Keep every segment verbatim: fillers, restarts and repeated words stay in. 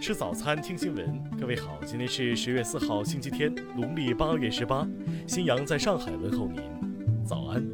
吃早餐，听新闻。各位好，今天是十月四号，星期天，农历八月十八。新阳在上海问候您，早安。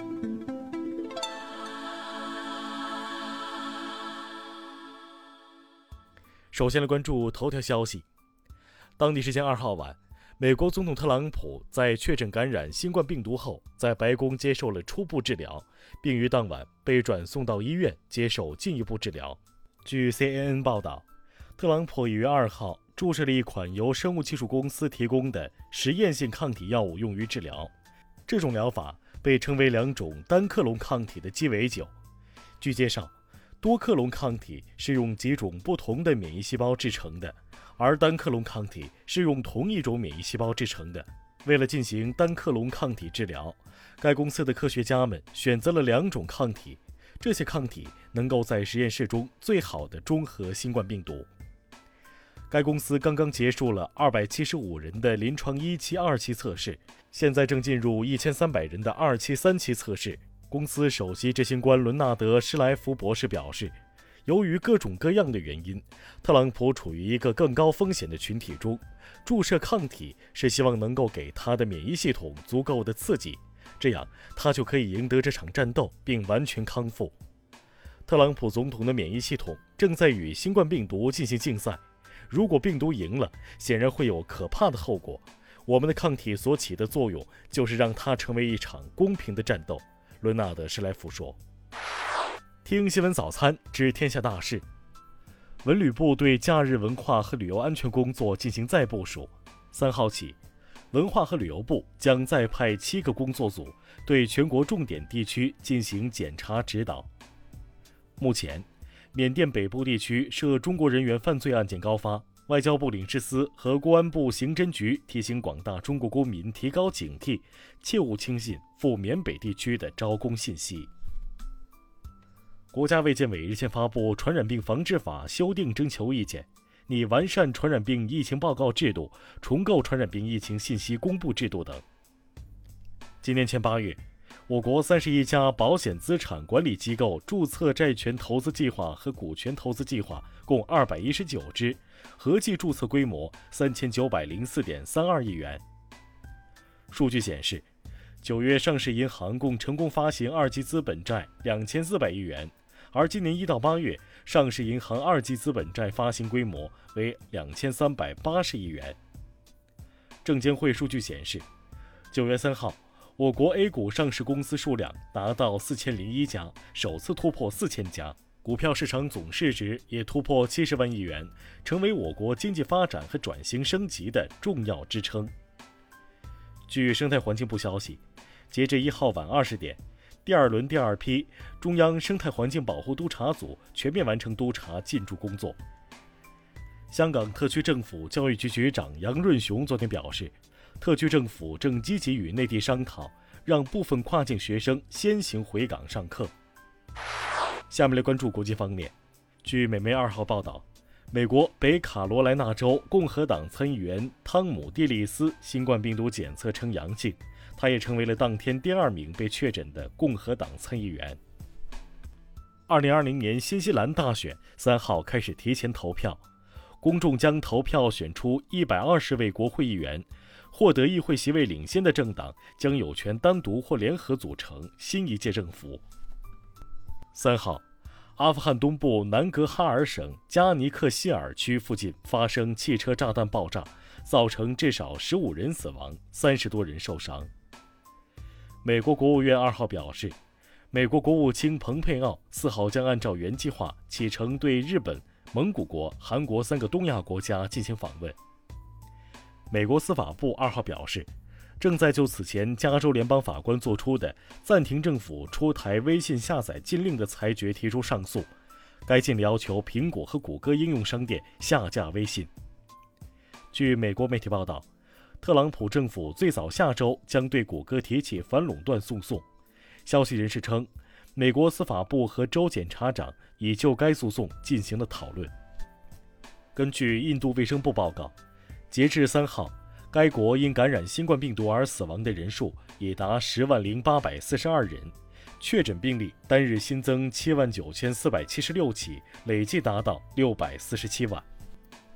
首先来关注头条消息。当地时间二号晚，美国总统特朗普在确诊感染新冠病毒后，在白宫接受了初步治疗，并于当晚被转送到医院接受进一步治疗。据 C N N 报道，特朗普已于二号注射了一款由生物技术公司提供的实验性抗体药物用于治疗。这种疗法被称为两种单克隆抗体的鸡尾酒。据介绍，多克隆抗体是用几种不同的免疫细胞制成的，而单克隆抗体是用同一种免疫细胞制成的。为了进行单克隆抗体治疗，该公司的科学家们选择了两种抗体，这些抗体能够在实验室中最好地中和新冠病毒。该公司刚刚结束了二百七十五人的临床一期、二期测试，现在正进入一千三百人的二期、三期测试。公司首席执行官伦纳德·施莱夫博士表示，由于各种各样的原因，特朗普处于一个更高风险的群体中，注射抗体是希望能够给他的免疫系统足够的刺激，这样他就可以赢得这场战斗并完全康复。特朗普总统的免疫系统正在与新冠病毒进行竞赛，如果病毒赢了，显然会有可怕的后果。我们的抗体所起的作用就是让它成为一场公平的战斗，伦纳德·施莱夫说。听新闻早餐，知天下大事。文旅部对假日文化和旅游安全工作进行再部署。三号起，文化和旅游部将再派七个工作组对全国重点地区进行检查指导。目前，缅甸北部地区涉中国人员犯罪案件高发，外交部领事司和公安部刑侦局提醒广大中国公民提高警惕，切勿轻信赴缅北地区的招工信息。国家卫健委日前发布《传染病防治法》修订征求意见，拟完善传染病疫情报告制度，重构传染病疫情信息公布制度等。今年前八月，我国三十一家保险资产管理机构注册债权投资计划和股权投资计划共二百一十九只，合计注册规模三千九百零四点三二亿元。数据显示，九月上市银行共成功发行二级资本债两千四百亿元，而今年一到八月，上市银行二级资本债发行规模为两千三百八十亿元。证监会数据显示，九月三号，我国 A 股上市公司数量达到四千零一家，首次突破四千家，股票市场总市值也突破七十万亿元，成为我国经济发展和转型升级的重要支撑。据生态环境部消息，截至一号晚二十点，第二轮第二批中央生态环境保护督察组全面完成督察进驻工作。香港特区政府教育局局长杨润雄昨天表示，特区政府正积极与内地商讨，让部分跨境学生先行回港上课。下面来关注国际方面。据美媒二号报道，美国北卡罗来纳州共和党参议员汤姆·蒂利斯新冠病毒检测呈阳性，他也成为了当天第二名被确诊的共和党参议员。二零二零年新西兰大选三号开始提前投票，公众将投票选出一百二十位国会议员，获得议会席位领先的政党将有权单独或联合组成新一届政府。三号，阿富汗东部南格哈尔省加尼克希尔区附近发生汽车炸弹爆炸，造成至少十五人死亡，三十多人受伤。美国国务院二号表示，美国国务卿蓬佩奥四号将按照原计划启程对日本、蒙古国、韩国三个东亚国家进行访问。美国司法部二号表示，正在就此前加州联邦法官作出的暂停政府出台微信下载禁令的裁决提出上诉。该禁令要求苹果和谷歌应用商店下架微信。据美国媒体报道，特朗普政府最早下周将对谷歌提起反垄断诉讼。消息人士称，美国司法部和州检察长已就该诉讼进行了讨论。根据印度卫生部报告，截至三号，该国因感染新冠病毒而死亡的人数已达十万零八百四十二人，确诊病例单日新增七万九千四百七十六起，累计达到六百四十七万。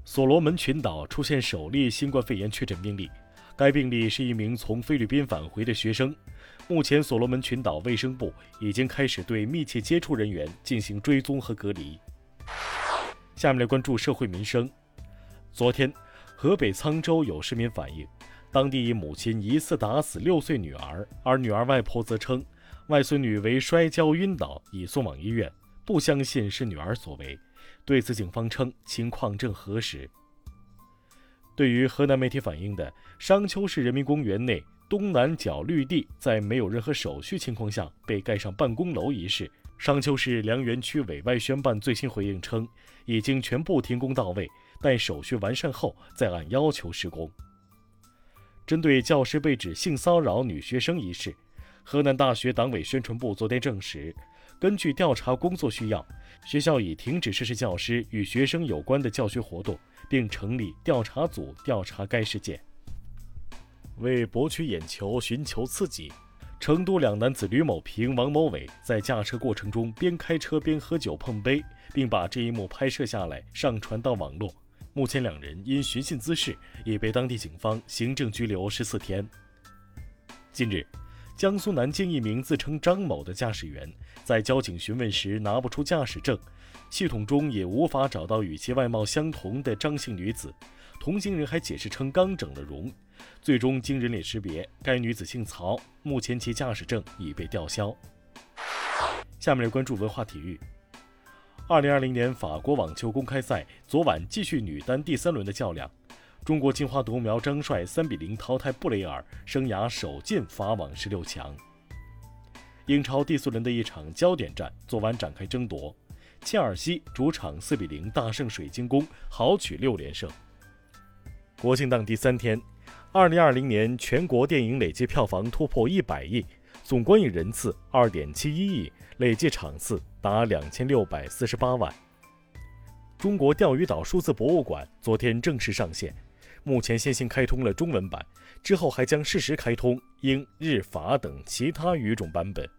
所罗门群岛出现首例新冠肺炎确诊病例，该病例是一名从菲律宾返回的学生。目前，所罗门群岛卫生部已经开始对密切接触人员进行追踪和隔离。下面来关注社会民生。昨天，河北沧州有市民反映，当地一母亲疑似打死六岁女儿，而女儿外婆则称外孙女为摔跤晕倒，已送往医院，不相信是女儿所为。对此，警方称情况正核实。对于河南媒体反映的商丘市人民公园内东南角绿地在没有任何手续情况下被盖上办公楼一事，商丘市良园区委外宣办最新回应称，已经全部停工到位，待手续完善后再按要求施工。针对教师被指性骚扰女学生一事，河南大学党委宣传部昨天证实，根据调查工作需要，学校已停止涉事教师与学生有关的教学活动，并成立调查组调查该事件。为博取眼球、寻求刺激，成都两男子吕某平、王某伟在驾车过程中边开车边喝酒碰杯，并把这一幕拍摄下来上传到网络。目前两人因寻衅滋事已被当地警方行政拘留十四天。近日，江苏南京一名自称张某的驾驶员在交警询问时拿不出驾驶证，系统中也无法找到与其外貌相同的张姓女子，同行人还解释称刚整了容。最终经人脸识别，该女子姓曹，目前其驾驶证已被吊销。下面来关注文化体育。二零二零年法国网球公开赛昨晚继续女单第三轮的较量，中国金花独苗张帅三比零淘汰布雷尔，生涯首进法网十六强。英超第四轮的一场焦点战昨晚展开争夺，切尔西主场四比零大胜水晶宫，豪取六连胜。国庆档第三天，二零二零年全国电影累计票房突破一百亿，总观影人次二点七一亿，累计场次达两千六百四十八万。中国钓鱼岛数字博物馆昨天正式上线，目前先行开通了中文版，之后还将适时开通英、日、法等其他语种版本。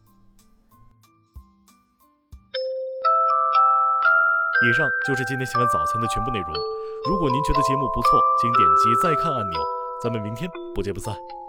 以上就是今天新闻早餐的全部内容。如果您觉得节目不错，请点击再看按钮。咱们明天不见不散。